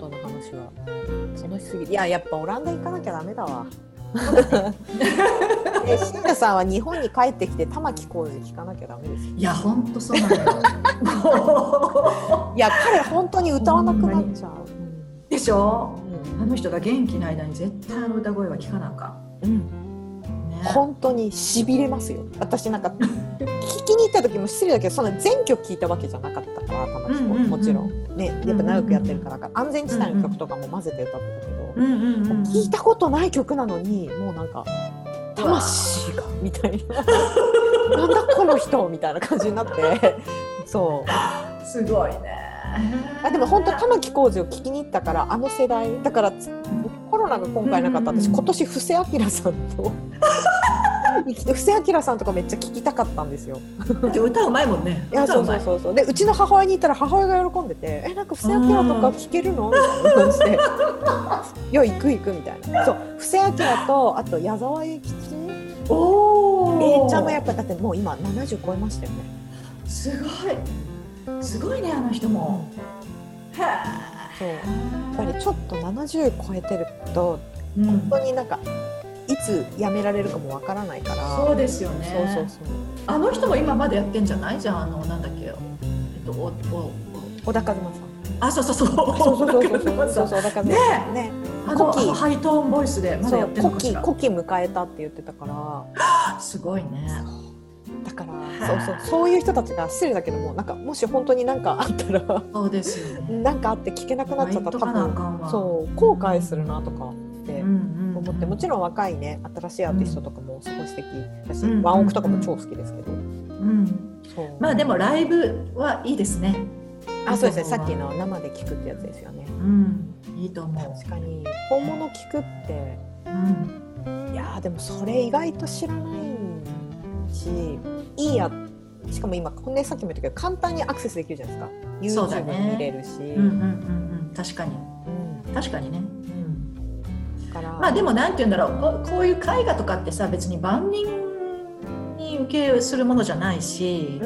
その話は楽しすぎる。いややっぱオランダ行かなきゃダメだわ。シンナさんは日本に帰ってきて玉置浩二聞かなきゃダメですよ。 いや本当そうなんだよ。 いや彼本当に歌わなくなっちゃう、 でしょ、あの人が元気な間に絶対あの歌声は聞かなあかん、 ね、本当に痺れますよ。私なんか聞きに行った時も失礼だけどその全曲聞いたわけじゃなかったから玉置浩二もちろんねやっぱ長くやってるから安全地帯の曲とかも混ぜて歌ってたけど、聞いたことない曲なのにもうなんか魂がみたいななんだこの人みたいな感じになってそうすごいね。 でも本当玉置浩二を聞きに行ったからあの世代だからコロナが今回なかった私今年布施明さんと布施明さんとかめっちゃ聞きたかったんですよ。 で歌うまいもんね。 いやそうでうちの母親に言ったら母親が喜んでてなんか布施明とか聞けるのみたいな感じでいや行くみたいな。そう布施明とあと矢沢永吉ちゃんもやっぱだってもう今70超えましたよね。 すごいねあの人も。 そうやっぱりちょっと70超えてると、本当になんかいつ辞められるかもわからないから。 そうですよね。そうあの人も今までやってんじゃないじゃんなんだっけ小田和正さん。 あそう小田和正ねハイトーンボイスでまだやってるのかしら。 古希迎えたって言ってたからすごいね。 だからそういう人たちが失礼だけどもなんかもし本当に何かあったらそうですよね。 なんかあって聞けなくなっちゃったら多分そう後悔するなとかって思ってもちろん若いね新しいアーティストとかもすごい素敵だしワンオクとかも超好きですけどまあでもライブはいいですね。 あそうですねさっきの生で聞くってやつですよね。 いいと思う。 確かに本物聞くっていやでもそれ意外と知らないしいいやしかも今こんなさっきも言ったけど簡単にアクセスできるじゃないですか YouTube に見れるし確かに確かにね。 まあでもなんて言うんだろうこういう絵画とかってさ別に万人に受けするものじゃないし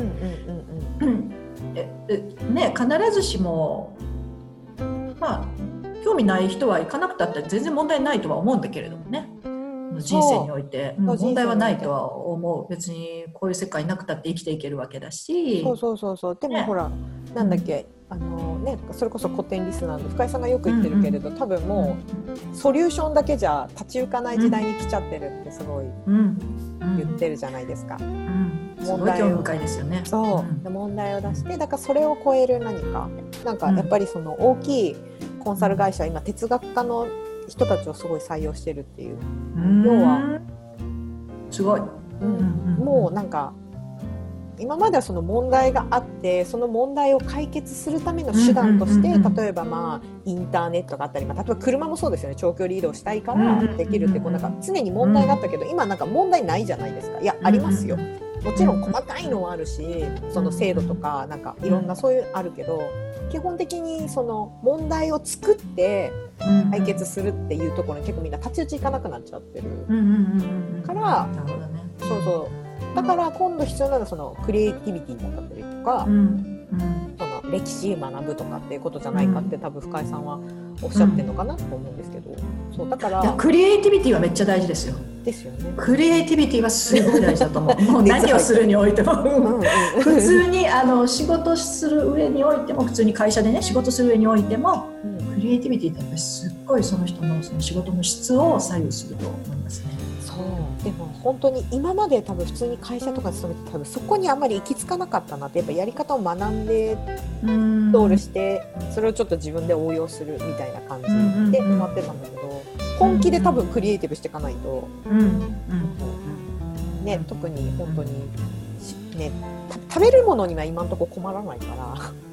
ね必ずしもまあ興味ない人は行かなくたって全然問題ないとは思うんだけれどもね人生において問題はないとは思う。別にこういう世界なくたって生きていけるわけだしそうでもほら、なんだっけそれこそ古典リスナーの深井さんがよく言ってるけれど多分もうソリューションだけじゃ立ち行かない時代に来ちゃってるってすごい言ってるじゃないですか。 すごい興味深いですよね。 そう問題を出してだからそれを超える何かなんかやっぱりその大きいコンサル会社は今哲学家の人たちをすごい採用してるっていう要はすごい、 もうなんか今まではその問題があってその問題を解決するための手段として例えばまあインターネットがあったり、例えば車もそうですよね長距離移動したいからできるってこうなんか常に問題があったけど今なんか問題ないじゃないですか。いやありますよもちろん細かいのはあるしその制度とかなんかいろんなそういうあるけど基本的にその問題を作って解決するっていうところに結構みんな太刀打ちいかなくなっちゃってるからだから今度必要なのはそのクリエイティビティだったりとか、その歴史学ぶとかっていうことじゃないかって多分深井さんはおっしゃってるのかなと思うんですけど、そうだからクリエイティビティはめっちゃ大事ですよ。 ですよね。 クリエイティビティはすごい大事だと思う。もう何をするにおいても普通に仕事する上においても普通に会社でね仕事する上においても、クリエイティビティってやっぱりすっごいその人のその仕事の質を左右すると思いますね。 そうでも本当に今まで多分普通に会社とか勤めて多分そこにあんまり行き着かなかったなってやっぱやり方を学んでドールしてそれをちょっと自分で応用するみたいな感じで思ってたんだけど本気で多分クリエイティブしていかないと、ね、特に本当に、ね、食べるものには今のところ困らないから、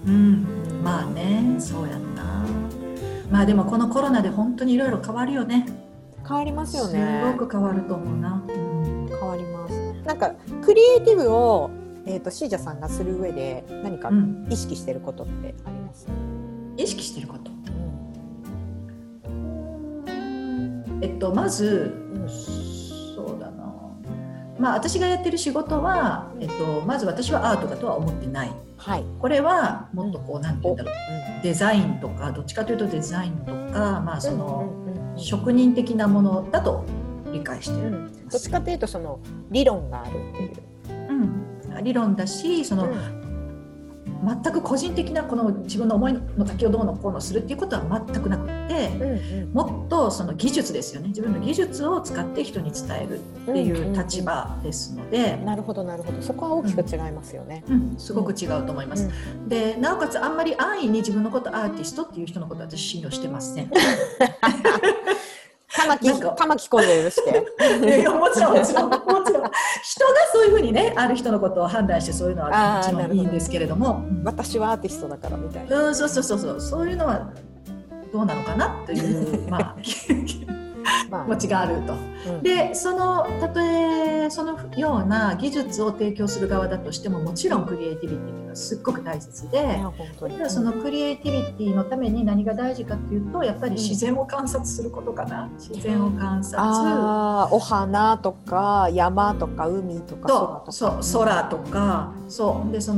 まあねそうやんな。まあでもこのコロナで本当にいろいろ変わるよね。 変わりますよね。 すごく変わると思うな、 変わります。なんかクリエイティブを、シージャさんがする上で何か意識してることってあります？ 意識してること、まず、そうだなまあ、私がやってる仕事は、まず私はアートだとは思ってない、 はい、 これはもっとこう、なんて言うんだろう、デザインとか、どっちかというとデザインとか、まあ、その職人的なものだと理解してる、 どっちかというとその理論があるっていう、 理論だし、その、全く個人的なこの自分の思いの丈をどうのこうのするっていうことは全くなくて、もっとその技術ですよね、自分の技術を使って人に伝えるっていう立場ですので、 なるほどなるほど、そこは大きく違いますよね、 すごく違うと思います、でなおかつあんまり安易に自分のことアーティストっていう人のことは私信用してません玉木こで許していやもちろん人がそういうふうにね、ある人のことを判断してそういうのはもちろんいいんですけれども、 私はアーティストだからみたいな、 そういうのはどうなのかなというまあ気持ちがあると、でたとえそのような技術を提供する側だとしても、もちろんクリエイティビティというのはすっごく大切で、そのクリエイティビティのために何が大事かというと、やっぱり自然を観察することかな、自然を観察、 お花とか山とか海とか空とか、そうで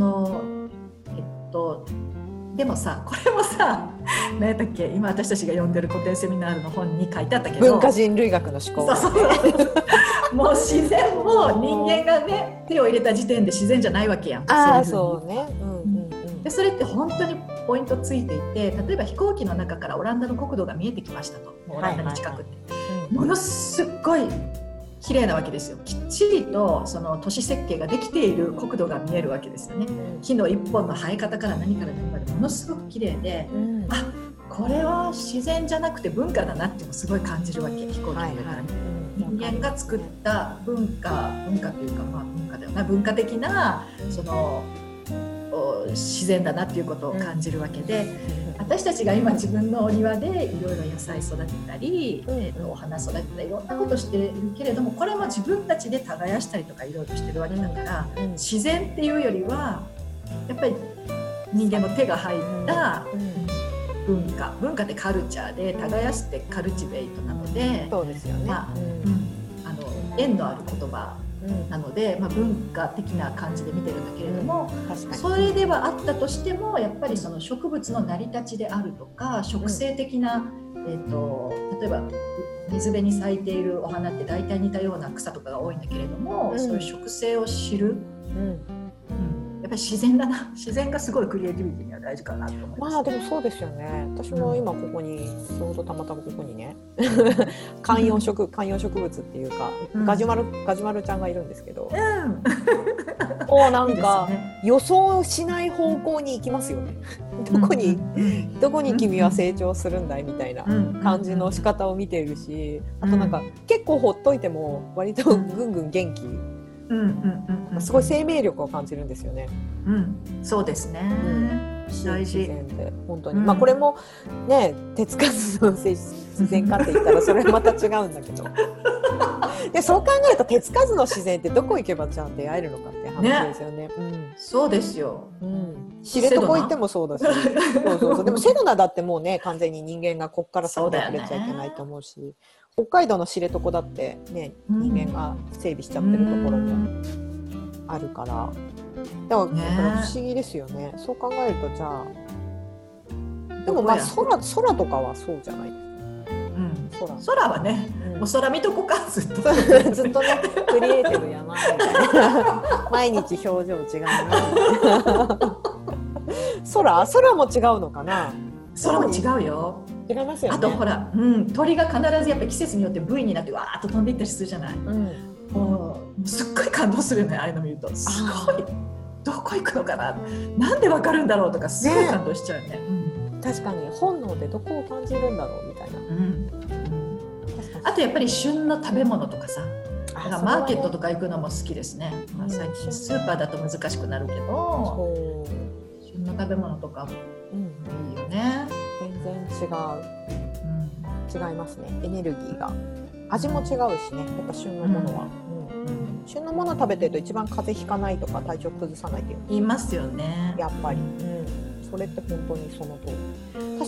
でもさ、これもさ、何だっけ、今私たちが読んでる古典セミナールの本に書いてあったけど、 文化人類学の思考、 もう自然も人間がね、手を入れた時点で自然じゃないわけやん。 そうね、 でそれって本当にポイントついていて、例えば飛行機の中からオランダの国土が見えてきましたと、オランダに近くって、ものすっごい綺麗なわけですよ。きっちりとその都市設計ができている国土が見えるわけですよね。木の一本の生え方から何から何までものすごく綺麗で、あ、これは自然じゃなくて文化だなっていうのをすごい感じるわけ、飛行機の上から人間が作った文化というか、まあ文化だよな、文化的なその自然だなっていうことを感じるわけで、私たちが今自分のお庭でいろいろ野菜育てたり、お花育てたりいろんなことしてるけれども、これも自分たちで耕したりとかいろいろしてるわけだから、自然っていうよりはやっぱり人間の手が入った文化ってカルチャーで、耕すってカルチベイトなので、 そうですよね、 まあ縁のある言葉なので、まあ、文化的な感じで見てるんだけれども、それではあったとしても、やっぱりその植物の成り立ちであるとか、植生的な、例えば水辺に咲いているお花って大体似たような草とかが多いんだけれども、そういう植生を知る、やっぱり自然だな、自然がすごいクリエイティビティには大事かなと思います。 まあでもそうですよね。私も今ここに、ちょうどたまたまここにね観葉植物っていうか、ガジュマルちゃんがいるんですけど、なんか予想しない方向に行きますよね。どこに君は成長するんだいみたいな感じの仕方を見ているし、あとなんか結構ほっといても割とぐんぐん元気、すごい生命力を感じるんですよね。 そうですね、大事。 自然って本当に、まあこれもね、手つかずの自然かって言ったらそれはまた違うんだけどでそう考えると手つかずの自然ってどこ行けばじゃあ出会えるのかって話ですよね。 そうですよ、 知床行ってもそうだしそうでもセドナだってもうね、完全に人間がこっから先に触れちゃいけないと思うし、北海道の知床だってね、人間が整備しちゃってるところもあるから、だから不思議ですよね。そう考えると、じゃあでもまあ空とかはそうじゃないですか。 空はね、もう空見とこか、ずっとずっとね、クリエイティブやなみたいな毎日表情違うな空も違うのかな。 空も違うよ。 違いますよね。 あとほら、鳥が必ずやっぱり季節によって部位になってわーっと飛んでいったりするじゃない。もうすっごい感動するよね、ああいうの見ると。すごい、どこ行くのかな、なんでわかるんだろうとか、すごい感動しちゃうよね。 確かに本能でどこを感じるんだろうみたいな。 あとやっぱり旬の食べ物とかさ、だからマーケットとか行くのも好きですね。最近スーパーだと難しくなるけど、旬の食べ物とかもいいよね。 全然違いますね。エネルギーが、味も違うしね、やっぱ旬のものは、旬のもの食べてると一番風邪ひかないとか体調崩さないっていう言いますよね、 やっぱり、それって本当にその通り。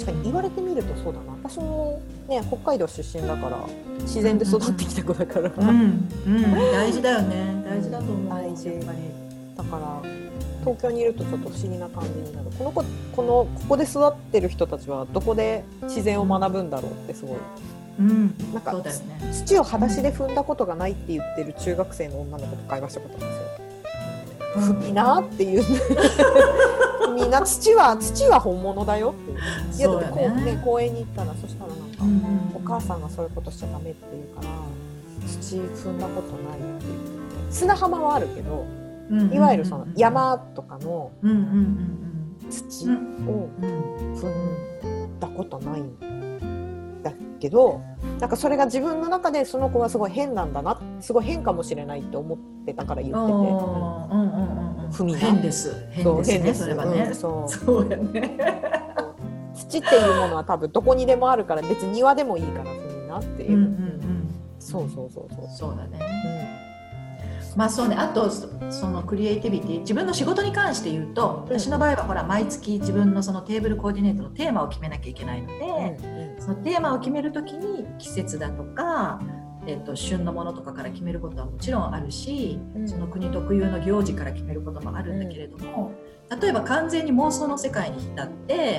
確かに言われてみるとそうだな。私もね北海道出身だから自然で育ってきた子だから、 大事だよね。大事だと思う。 大事。 やっぱりだから東京にいるとちょっと不思議な感じになる。ここで育ってる人たちはどこで自然を学ぶんだろうってすごい。なんか、 そうだよね、 土を裸足で踏んだことがないって言ってる中学生の女の子と会話したことあるんですよ。いいなっていうみんな土は本物だよっていう。いやだって公園に行ったらそしたらなんか、お母さんがそういうことしちゃダメっていうから土踏んだことないって言ってて、砂浜はあるけど、いわゆるその山とかの土を踏んだことないんだけど、なんかそれが自分の中でその子はすごい変なんだな、すごい変かもしれないって思ってたから言ってて、ふみな変ですね、それはね、そうやね。 土っていうものは多分どこにでもあるから別に庭でもいいからふみなっていう、そうだね。まあそうね、あとそのクリエイティビティ、自分の仕事に関して言うと、私の場合はほら毎月自分のそのテーブルコーディネートのテーマを決めなきゃいけないので、そのテーマを決めるときに季節だとか、旬のものとかから決めることはもちろんあるし、その国特有の行事から決めることもあるんだけれども、例えば完全に妄想の世界に浸って、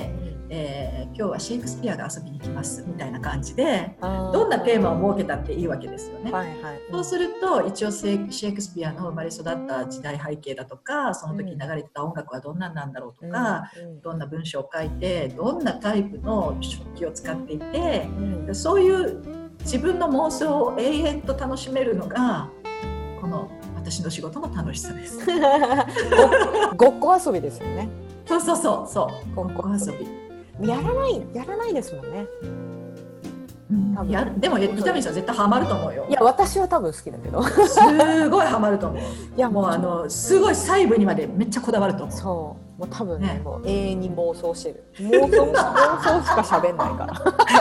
今日はシェイクスピアが遊びに来ますみたいな感じでどんなテーマを設けたっていいわけですよね。そうすると一応シェイクスピアの生まれ育った時代背景だとか、その時流れてた音楽はどんなんなんだろうとか、どんな文章を書いてどんなタイプの食器を使っていて、そういう自分の妄想を永遠と楽しめるのがこの私の仕事の楽しさです。 ごっこ遊びですよね。 そうごっこ遊びやらないですもんね。 でも北見さん絶対ハマると思うよ。 いや私は多分好きだけどすごいハマると思う。いやもうすごい細部にまでめっちゃこだわると思う。 そうもう多分ね、もう永遠に妄想してる。妄想しか喋んないから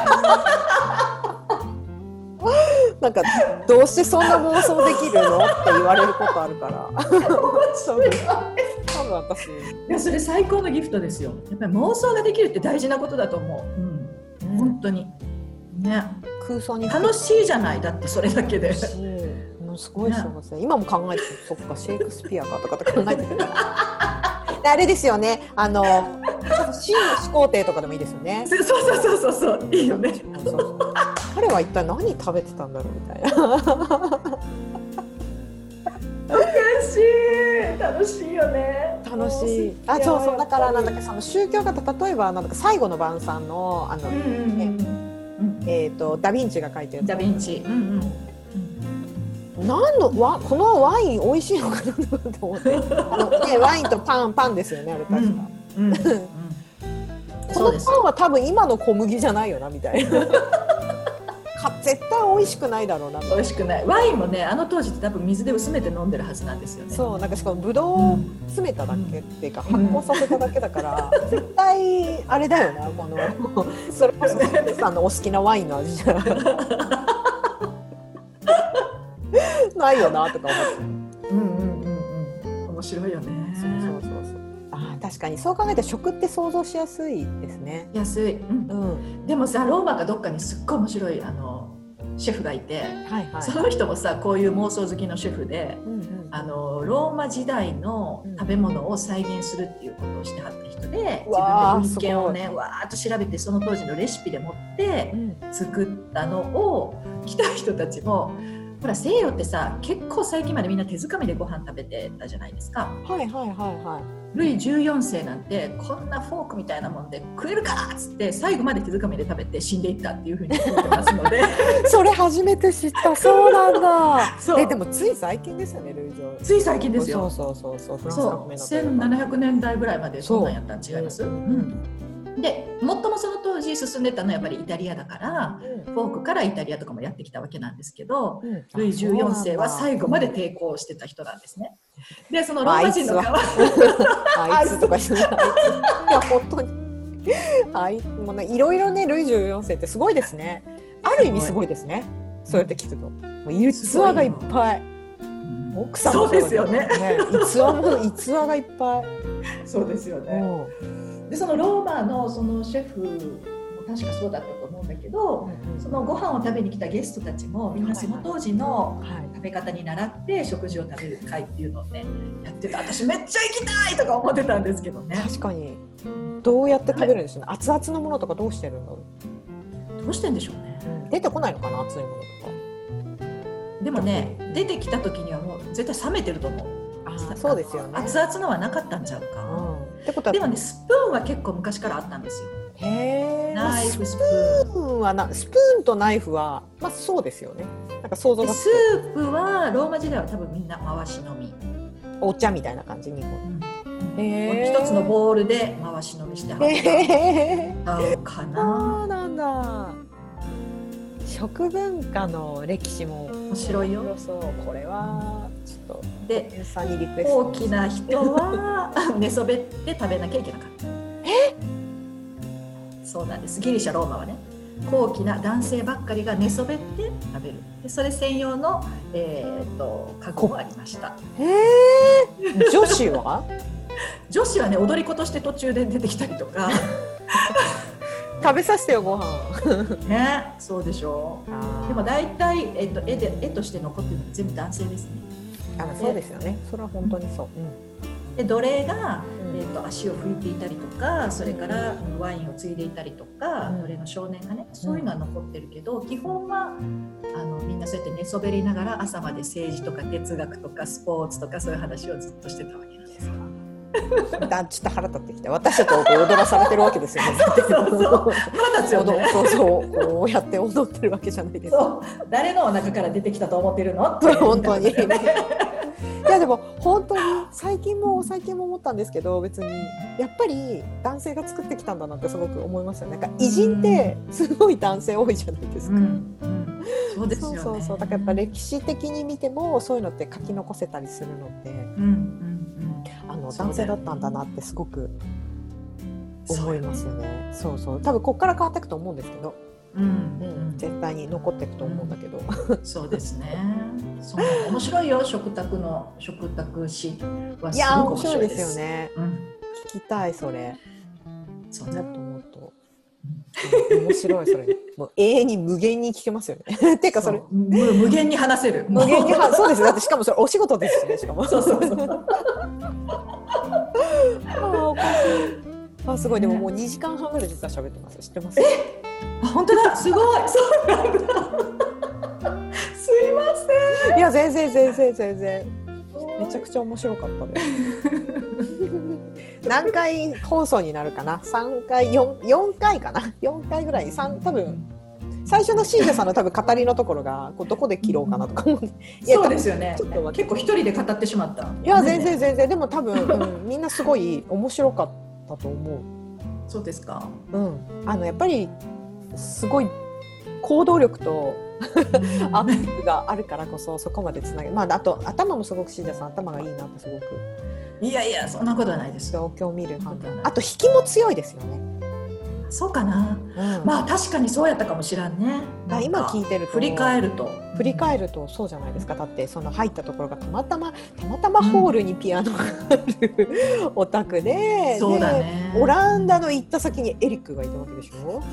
なんかどうしてそんな妄想できるのって言われることあるから多分私、 いやそれ最高のギフトですよ。やっぱり妄想ができるって大事なことだと思う。本当にね、 空想に楽しいじゃない。だってそれだけで、 もうすごい幸せ、今も考えてそっかシェイクスピアかとかって考えてるあれですよね、真の始皇帝とかでもいいですよね。 そういいよね。 彼は一体何食べてたんだろうみたいな楽しいよね。 楽しい。そうだからなんだっけ、その宗教方、例えばなんだか最後の晩餐のダヴィンチが書いてるダヴィンチ、 このワイン美味しいのかなと思ってワインとパンですよねあれ確か。このパンは多分今の小麦じゃないよなみたいな絶対美味しくないだろうな。 美味しくない。ワインもね、あの当時って多分水で薄めて飲んでるはずなんですよね。 そう、なんかしかもブドウを詰めただけっていうか、発酵させただけだから絶対あれだよな、このそれこそさんのお好きなワインの味じゃないよなとか思って。 面白いよね。 確かにそう考えたら食って想像しやすいですね。 安い、でもさ、ローマかどっかにすっごい面白いシェフがいて、その人もさこういう妄想好きのシェフで、ローマ時代の食べ物を再現するっていうことをしてはった人で、自分で文献をねわーっと調べてその当時のレシピで持って作ったのを来た人たちも、ほら西洋ってさ結構最近までみんな手づかみでご飯食べてたじゃないですか。ルイ14世なんてこんなフォークみたいなもんで食えるかっつって最後まで手づかみで食べて死んでいったっていうふうに言ってますのでそれ初めて知った。そうなんだでもつい最近ですよね、ルイ14。 つい最近ですよ。 そう 1700年代ぐらいまでそんなんやったん違います？で最もその当時進んでたのはやっぱりイタリアだから、フォークからイタリアとかもやってきたわけなんですけど、ルイ14世は最後まで抵抗してた人なんですね。でそのローマ人の側あいつとか言ういや本当にもうね、いろいろね、ルイ14世ってすごいですね。ある意味すごいですね。そうやって聞くと逸話がいっぱい。奥さんもそうですよね。 逸話がいっぱい。 そうですよね。でそのローマのそのシェフ確かそうだったと思うんだけど、そのご飯を食べに来たゲストたちもみんなその当時の食べ方に習って食事を食べる会っていうのをねやってて、私めっちゃ行きたいとか思ってたんですけどね。 確かにどうやって食べるんですよね。熱々のものとかどうしてるんだろどうしてんでしょうね。 出てこないのかな、熱いものとか。 でもね、出てきた時にはもう絶対冷めてると思う。 そうですよね。 熱々のはなかったんちゃうか、 ってことはでもね、スプーンは結構昔からあったんですよ。 へー、 ナイフ、スプーンはスプーンとナイフはまあそうですよね。なんか想像がつく。 スープはローマ時代は多分みんな回し飲み、 お茶みたいな感じ、日本。 一つのボウルで回し飲みして合うかな。 そうなんだ。食文化の歴史も面白いよ。 そう、これはちょっとで、 さんにリクエスト。 大きな人は寝そべって食べなきゃいけなかった。そうなんです。ギリシャローマはね、高貴な男性ばっかりが寝そべって食べる。でそれ専用のカゴもありました。 女子は女子はね、踊り子として途中で出てきたりとか食べさせてよ、ご飯ね、そうでしょう。でも大体、絵として残ってるのは全部男性ですね。 そうですよね。それは本当にそう。 で奴隷が、足を拭いていたりとか、それからワインをついでいたりとか、奴隷の少年がね、そういうのは残ってるけど、基本はみんなそうやって寝そべりながら朝まで政治とか哲学とかスポーツとかそういう話をずっとしてたわけなんですよ。 ちょっと腹立ってきて、私たちを踊らされてるわけですよね。 そう腹立つよね。 こうやって踊ってるわけじゃないですか。 誰のお腹から出てきたと思ってるのって。 本当に。いやでも本当に最近も思ったんですけど、別にやっぱり男性が作ってきたんだなってすごく思いますよね。なんか偉人ってすごい男性多いじゃないですか。 そうですよね。 そうだからやっぱ歴史的に見てもそういうのって書き残せたりするので、男性だったんだなってすごく思いますよね。そう多分ここから変わっていくと思うんですけど、絶対に残っていくと思うんだけど、 そうですね。面白いよ、食卓史はすごく面白いです。 いや面白いですよね。聞きたい、それ。もっと面白い、それ。もう永遠に無限に聞けますよね。っていうかそれ無限に話せる。 無限にそうです。だってしかもそれお仕事ですしね、しかも。そう。すごい。でももう2時間半ぐらい実は喋ってます。知ってます？ 本当だ、すごい。そうなんだ。すいません。 いや全然めちゃくちゃ面白かったです。何回放送になるかな、3回4回かな、4回ぐらい、多分最初の信者さんの多分語りのところがどこで切ろうかなとか思って、 そうですよね。結構一人で語ってしまった。 いや全然でも多分、みんなすごい面白かったと思う。 そうですか。 やっぱりすごい行動力とアップがあるからこそそこまでつなげ、あと頭もすごく信者さん頭がいいなってすごく。 いやそんなことはないです。 状況を見る判断、あと引きも強いですよね。 そうかな、確かにそうやったかもしらんね。 今聞いてると振り返るとそうじゃないですか。だってその入ったところがたまたまホールにピアノがあるお宅で、そうだね、 オランダの行った先にエリックがいたわけでしょ。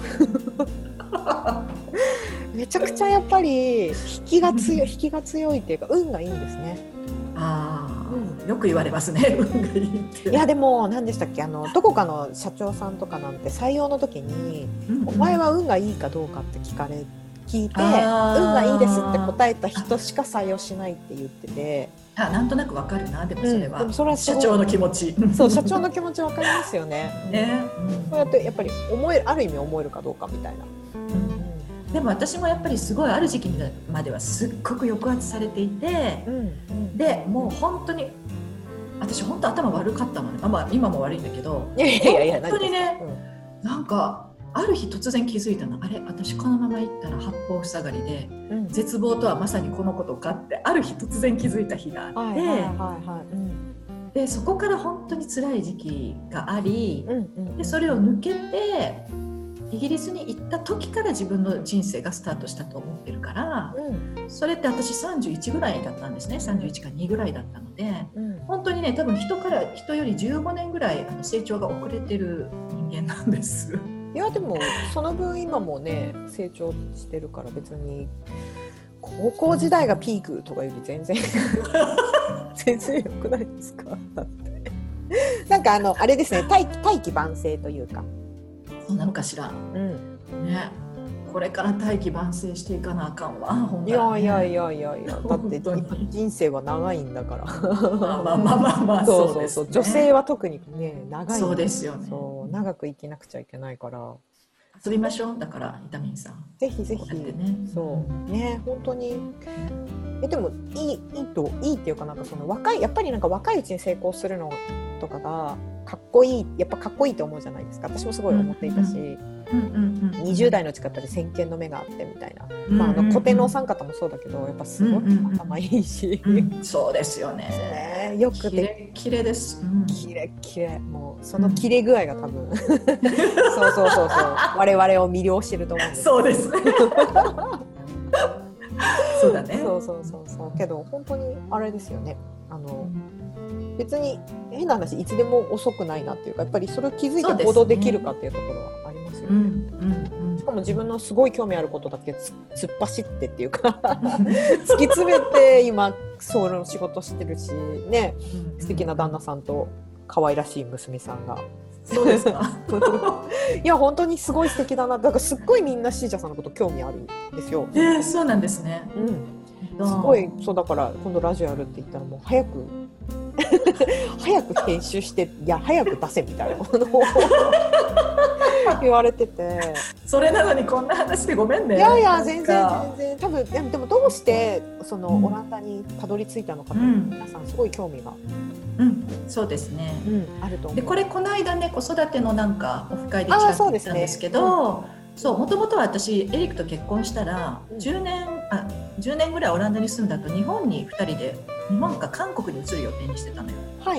めちゃくちゃやっぱり引きが強いっていうか運がいいんですね。 よく言われますね、運がいいって。 いやでも何でしたっけ、どこかの社長さんとかなんて採用の時に、お前は運がいいかどうかって聞いて、運がいいですって答えた人しか採用しないって言ってて、 なんとなくわかるな。でもそれは、 でもそれは社長の気持ち。 そう社長の気持ちわかりますよね。そうやってやっぱりある意味思えるかどうかみたいな。 でも私もやっぱりすごいある時期まではすっごく抑圧されていて、でもう本当に私本当頭悪かったのね。今も悪いんだけど、本当にね、なんかある日突然気づいたの。あれ、私このまま行ったら八方塞がりで、絶望とはまさにこのことかってある日突然気づいた日があって、でそこから本当に辛い時期があり、でそれを抜けてイギリスに行った時から自分の人生がスタートしたと思ってるから、それって私31ぐらいだったんですね。31か2ぐらいだったので、本当にね、多分人より15年ぐらい成長が遅れてる人間なんです。 いやでもその分今もね成長してるから別に高校時代がピークとかより全然全然良くないですか？だってなんかあれですね、大器晩成というか、 そうなのかしら、ね、これから大器晩成していかなあかんわ、ほんいならね。 やだって人生は長いんだからまあそうそうですね。 女性は特にね長い、 そうですよね。 そう長く生きなくちゃいけないから遊びましょう。だからイタミンさん、 ぜひぜひ、 こうやってね、 そうね、本当にでもいいっていうか、なんかそのやっぱりなんか若いうちに成功するのとかがかっこいい、やっぱかっこいいと思うじゃないですか。私もすごい思っていたし、20代のうちから先見の目があってみたいな、まあ、古典のお三方もそうだけど、やっぱすごい頭いいし、 そうですよね。 よくてきれです。 きれもうそのきれ具合が多分そう我々を魅了してると思うんです。 そうですね。そうだね。 そうけど本当にあれですよね。別に変な話いつでも遅くないなっていうか、やっぱりそれを気づいて行動できるかっていうところはありますよね。しかも自分のすごい興味あることだけ突っ走ってっていうか突き詰めて今その仕事してるしね、素敵な旦那さんと可愛らしい娘さんが。 そうですか。 いや本当にすごい素敵だな。だからすっごいみんなシージャさんのこと興味あるんですよ。 そうなんですね。 すごい。そうだから今度ラジオやるって言ったらもう早く編集して早く出せみたいなものを言われてて、 それなのにこんな話でごめんね。 いや全然多分でもどうしてそのオランダにたどり着いたのかと、皆さんすごい興味が、 そうですね、 あると思う。 でこの間ね子育てのなんかオフ会でちらっと言ったんですけど、もともとは私エリックと結婚したら10年ぐらいオランダに住んだ後、日本に2人で日本か韓国に移る予定にしてたのよ。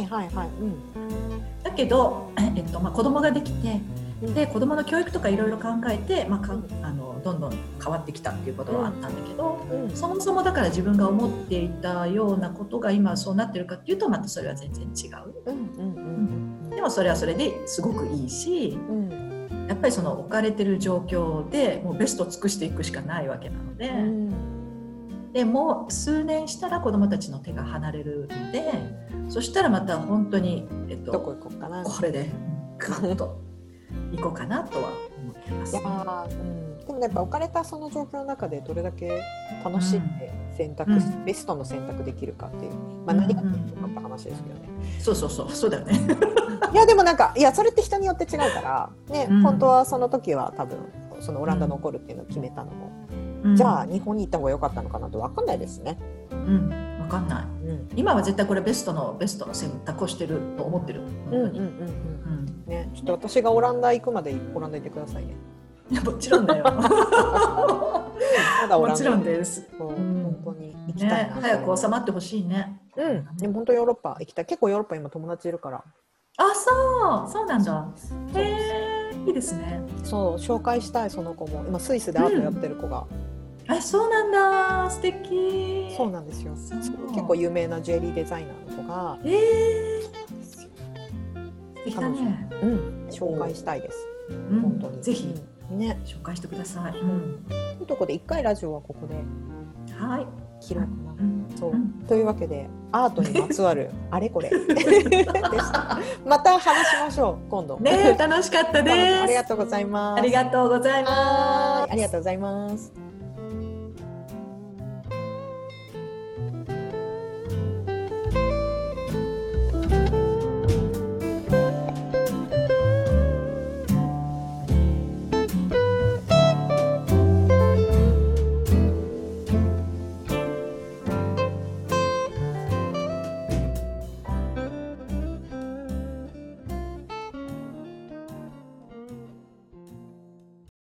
だけど、子供ができて、で子供の教育とかいろいろ考えて、どんどん変わってきたっていうことはあったんだけど、そもそもだから自分が思っていたようなことが今そうなってるかっていうとまたそれは全然違う。でもそれはそれですごくいいし、やっぱりその置かれてる状況でもうベストを尽くしていくしかないわけなので、でもう数年したら子どもたちの手が離れるので、そしたらまた本当に、 どこ行こうかな、 これでガッと行こうかなとは思ってます。 でもやっぱ置かれたその状況の中でどれだけ楽しんでベストの選択できるかっていう、何ができるかって話ですけどね。 そうだよね。 いやでもなんかそれって人によって違うからね、本当はその時は多分そのオランダ残るっていうのを決めたのも、じゃあ日本に行った方が良かったのかなと分かんないですね。 分かんない、今は絶対これベストの選択をしてると思ってる。本当にね、ちょっと私がオランダ行くまでオランダ行ってくださいね。 いやもちろんだよ。もちろんです。 本当に行きたいな、 早く収まってほしいね。 でも本当ヨーロッパ行きたい。結構ヨーロッパ今友達いるから。 そうなんだ。いいですね。 そう紹介したい。その子も今スイスでアートやってる子が。 そうなんだ。素敵。 そうなんですよ。結構有名なジュエリーデザイナーの子が。 素敵だね。 紹介したいです。本当にぜひね紹介してください。 というところで一回ラジオはここで切ろうかな。というわけでアートにまつわるあれこれでした。また話しましょう今度。 楽しかったです。 ありがとうございます。 ありがとうございます。 ありがとうございます。